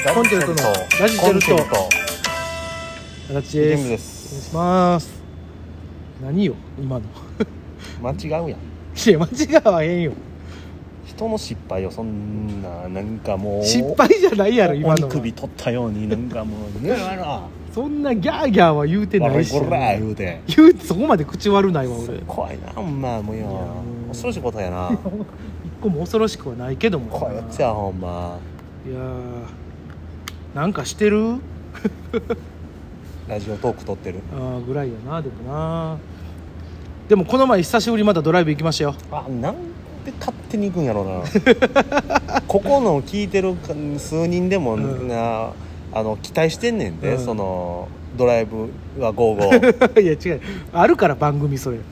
コンチェルトのラジチェルト形です。 です。 お願いします。何よ今の間違うやん。 いや間違わへんよ。 人の失敗をそんななんかもう失敗じゃないやろ今のは。 お首取ったようになんかもうねあらそんなギャーギャーは言うてないし、 こら言うてそこまで口悪ないわ俺。 怖いなほんまもうよ恐ろしいことやな一個も恐ろしくはないけども怖いやつやほんま。 いやなんかしてるラジオトーク撮ってるぐらいやな。でもな、でもこの前久しぶりまたドライブ行きましたよ。 なんで勝手に行くんやろうなここの聞いてる数人でもな、期待してんねんで、そのドライブは55 いや違う、あるから番組それ。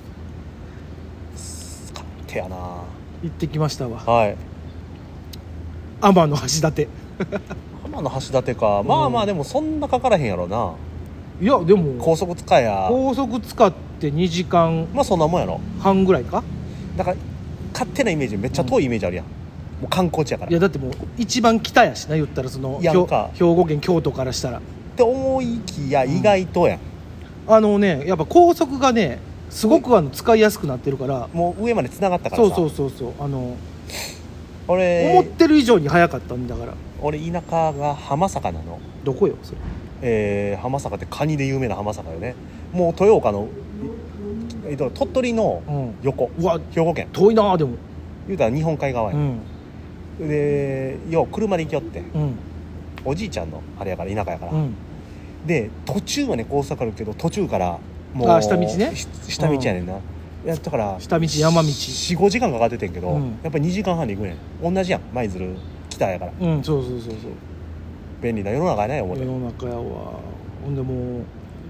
勝手やな。 行ってきましたわ。 はい。 天の橋立。 浜の橋立か。まあまあでもそんなかからへんやろな。 いやでも高速使えや。 高速使って2時間まあそんなもんやろ。 半ぐらいか。 だから勝手なイメージめっちゃ遠いイメージあるやん、もう観光地やから。 いやだってもう一番北やしな言ったらその兵庫県京都からしたらって思いきや意外とやん、 やっぱ高速がねすごく使いやすくなってるから、 もう上まで繋がったからさ。 そう俺思ってる以上に早かったんだから。 俺田舎が浜坂なの。 どこよそれ。浜坂ってカニで有名な浜坂よね。もう豊岡の鳥取の横、 うわ兵庫県遠いな。でも言うたら日本海側や、でよう車で行きよって、おじいちゃんのあれやから田舎やから、で途中はね高速あるけど途中からもう下道ね。 下道やねんな、だから下道山道 4,5 時間かかっててんけど、やっぱり2時間半で行くねん。同じやん舞鶴北やから。 そう便利な世の中やね思って。 世の中やわ。ほんでもう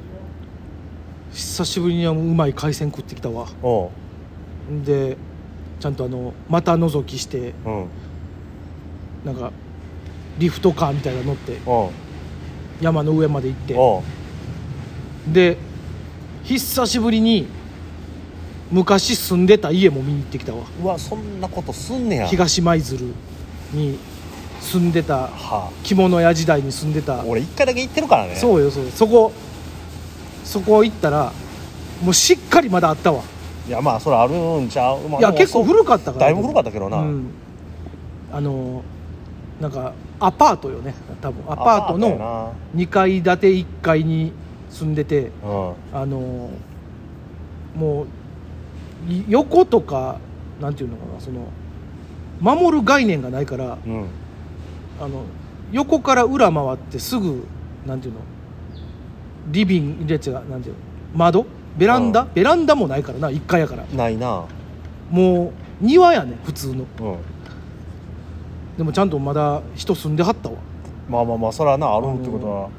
久しぶりにうまい海鮮食ってきたわ。でちゃんと股覗きして、なんかリフトカーみたいなの乗って山の上まで行って、で久しぶりに昔住んでた家も見に行ってきたわ。 うわそんなことすんねや。 東舞鶴に住んでた、着物屋時代に住んでた。 俺1回だけ行ってるからね。 そうよそこ行ったらもうしっかりまだあったわ。 いやまあそれあるんちゃう、 いや結構古かったから。 だいぶ古かったけどな、 なんかアパートよね多分。アパートの2階建て1階に住んでて、もう横とかなんていうのかな、その守る概念がないから、横から裏回ってすぐなんていうの、リビングでなんていうの、窓ベランダもないからな、1階やから。 ないな。 もう庭やね普通の、でもちゃんとまだ人住んではったわ。 まあそれはなあるってことは、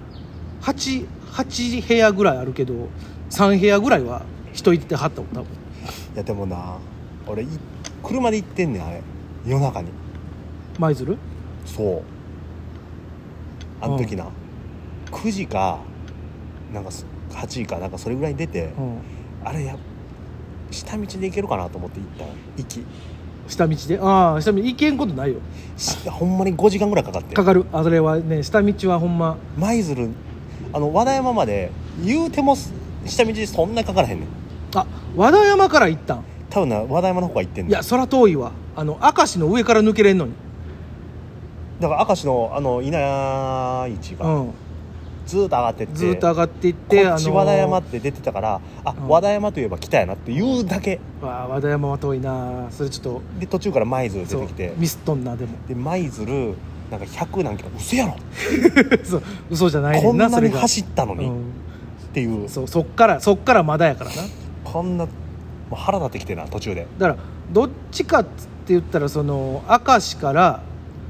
8部屋ぐらいあるけど3部屋ぐらいは人いてはったわ多分。 いやでもな俺車で行ってんねんあれ夜中に。 舞鶴。 そうあの時な、9時かなんか8時かなんかそれぐらいに出て、あれ下道で行けるかなと思って行った下道で。下道行けんことないよ。 ほんまに5時間ぐらいかかって。 かかる。それはね下道はほんま舞鶴和田山まで言うても下道でそんなかからへんねん。 和田山から行ったん。 多分な和田山の方が行ってんねん。 いやそら遠いわ。明石の上から抜けれんのに。 だから明石の稲谷市が、ずっと上がってって、こっち和田山って出てたから、和田山といえば北やなっていうだけ。 和田山は遠いな。それちょっとで途中から舞鶴出てきてミスっとんな。でもで舞鶴なんか100何キロ、嘘やろそう嘘じゃないねんな。 こんなに走ったのに、っていう。 そっからまだやからな。 こんなもう腹立ってきてな途中で。 だからどっちかって言ったらその明石から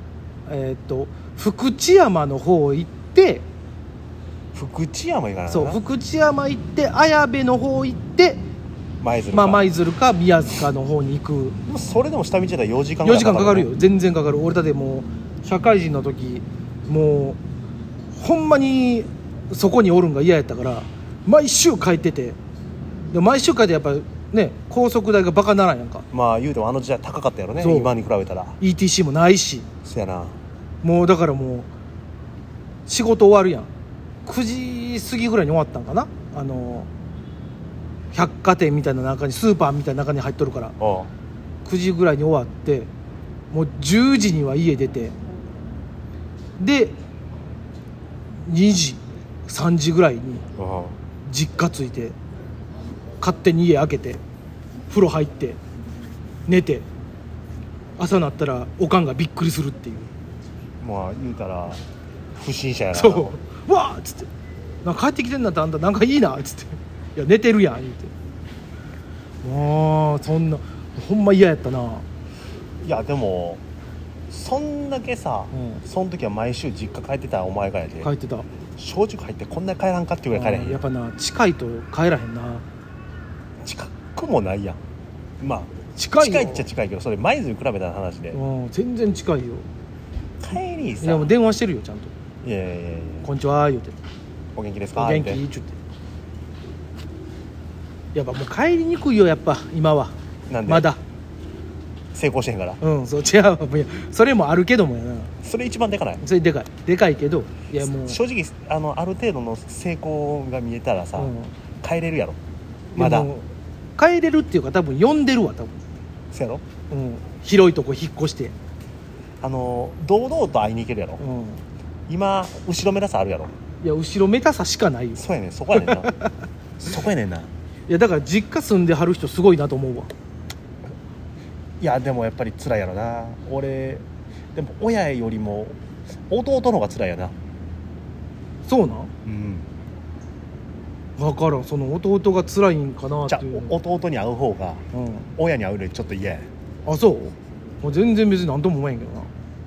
福知山の方行って、 福知山行かないな。 そう福知山行って綾部の方行って舞鶴か、 舞鶴か宮塚の方に行く。 それでも下道だったら4時間ぐらいかかるよ。全然かかる。俺だってもう社会人の時もうほんまにそこにおるんが嫌やったから毎週帰ってて、で毎週帰ってやっぱね高速代がバカならんやんか。 まあ言うても時代高かったやろね、今に比べたら。 ETC もないし。 そやな。 もうだからもう仕事終わるやん。9時過ぎぐらいに終わったんかな、百貨店みたいな中に、スーパーみたいな中に入っとるから、9時ぐらいに終わって、もう10時には家出て、で2時3時ぐらいに実家着いて、勝手に家開けて風呂入って寝て、朝なったらおかんがびっくりするっていう。 まあ言うたら不審者やな。 そうわーっつって、なんか帰ってきてんなって、あんたなんかいいなっつって、いや寝てるやん言うて、もうそんなほんま嫌やったな。 いやでもそんだけさ、その時は毎週実家帰ってたお前がやで、 帰ってた。 正直入ってこんなに帰らんかっていうぐらい帰れへん。 やっぱな、近いと帰らへんな。 近くもないやん。まあ近いっちゃ近いけど、それ舞鶴に比べたら話で、 全然近いよ。 帰りさ、 いやもう電話してるよちゃんと。 いやこんにちは言うて、 お元気ですか、 お元気っちゅって。やっぱもう帰りにくいよ、やっぱ今は。 なんでまだ成功してへんから。 そう違う、いやそれもあるけどもやな。 それ一番でかない。 それでかいけど、いやもう正直ある程度の成功が見えたらさ、帰れるやろ。まだ帰れるっていうか、多分呼んでるわ多分。 そうやろ、 広いとこ引っ越して、 堂々と会いに行けるやろ、今後ろめたさあるやろ。 いや後ろめたさしかないよ。 そうやねん、そこやねんなそこやねんな。 いやだから実家住んではる人すごいなと思うわ。 いやでもやっぱり辛いやろな。俺でも親よりも弟の方が辛いやな。 そうなん。分からん、その弟が辛いんかなっていう。 じゃあ弟に会う方が、親に会うよりちょっと嫌や。 あ、そう。もう全然別に何とも思えんけどな。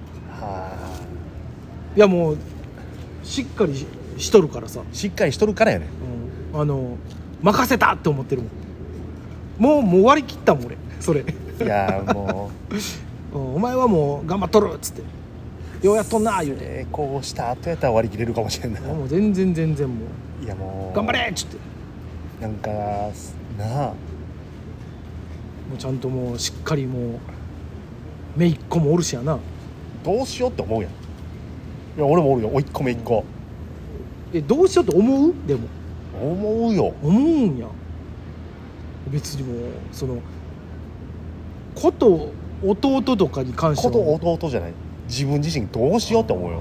いやもうしっかり しとるからさ。 しっかりしとるからやね、 任せたって思ってるもん。もう割り切ったもん俺それ。 いやもう、お前はもう頑張っとるっつって、ようやっとんな言うて、 成功した後やったら割り切れるかもしれんない。 もう全然もう、いやもう頑張れっつって、 なんかなあ、 もうちゃんともうしっかりもう姪っ子もおるしやな。 どうしようって思うやん。いや俺もおるよ、おいっ子姪っ子。 どうしようって思う？でも思うよ。 思うんや。別にもうそのこと弟とかに関しては、 こと弟じゃない、自分自身どうしようって思うよ。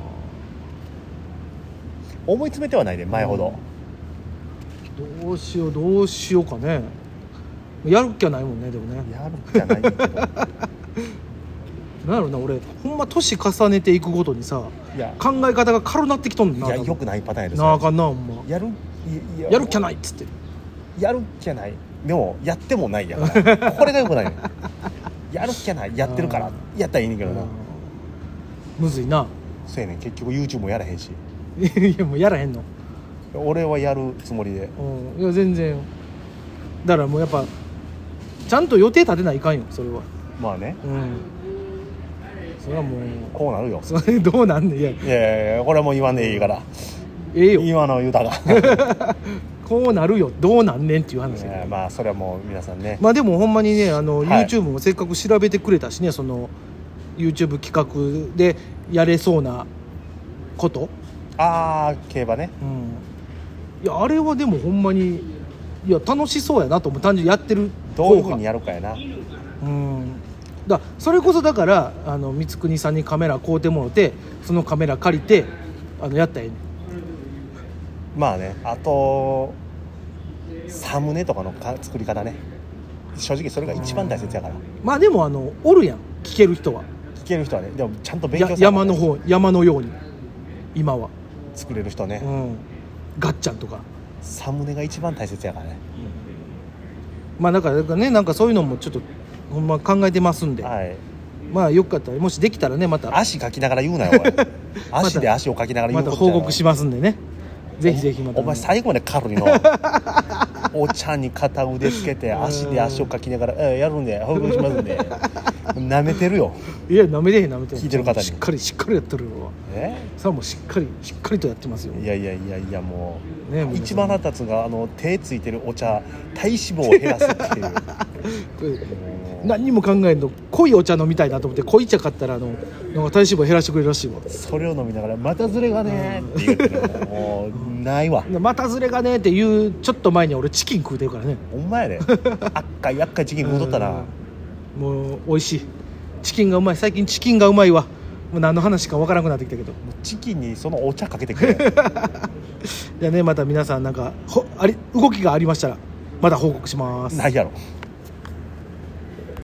思い詰めてはないで、前ほど、 どうしようかね。やるっきゃないもんね。でもね、 やるっきゃないけどなんやろな、俺ほんま年重ねていくごとにさ、考え方が軽なってきとんねんな。 いやよくないパターンやで、 なあかんな、ほんま。 やるっきゃないっつって、 やるっきゃない。でもやってもないやからこれがよくないねやるっきゃない、やってるからやったらいいねんけどな。 むずいな。 そうやねん、結局 YouTube もやらへんし。 いやもうやらへんの。 俺はやるつもりで。 いや全然。だからもうやっぱちゃんと予定立てないかんよ、それは。 まあね、 それはもうこうなるよ。 それどうなんねん。いやこれはもう言わんでいいから。 よ今の言うたがこうなるよ、どうなんねんっていう話。 まあそれはもう皆さんね。 まあでもほんまにね、YouTube もせっかく調べてくれたしね、その YouTube 企画でやれそうなこと。 競馬ね。 いやあれはでもほんまに、いや楽しそうやなと思う。単純にやってるどういう風にやるかやな。 だそれこそだから光國さんにカメラ買うてもろて、そのカメラ借りてやったらええねん。 まあね、あとサムネとかの作り方ね。正直それが一番大切やから。 まあでもおるやん、聞ける人は。 聞ける人はね。でもちゃんと勉強されて、 山のように今は作れる人ね、 ガッチャンとかサムネが一番大切やからね。 まあだからね、なんかそういうのもちょっとほんま考えてますんで、まあよかったら、もしできたらね、また足かきながら言うなよおい足で足をかきながら言うことじゃない。 また報告しますんでね、ぜひぜひまた。 お前最後まで軽いのお茶に片腕つけて足で足をかきながらやるんで報告しますんでなめてるよ。 いやなめてへん聞いてる方にしっかりやってるよ。さあもうしっかりとやってますよ。 いやもう、ね、一番腹立つが手ついてるお茶体脂肪を減らすっていう何にも考えんの濃いお茶飲みたいなと思って濃い茶買ったらなんか体脂肪減らしてくれるらしいわ。 それを飲みながらまたずれがねって言ってもうないわ。 またずれがねっていうちょっと前に俺チキン食うてるからね。 ほんまやで赤いチキン食うとったな。 もう美味しいチキンがうまい。最近チキンがうまいわ。もう何の話か分からなくなってきたけど、 チキンにそのお茶かけてくれじゃあね、また皆さんなんか動きがありましたらまた報告します。 ないやろ。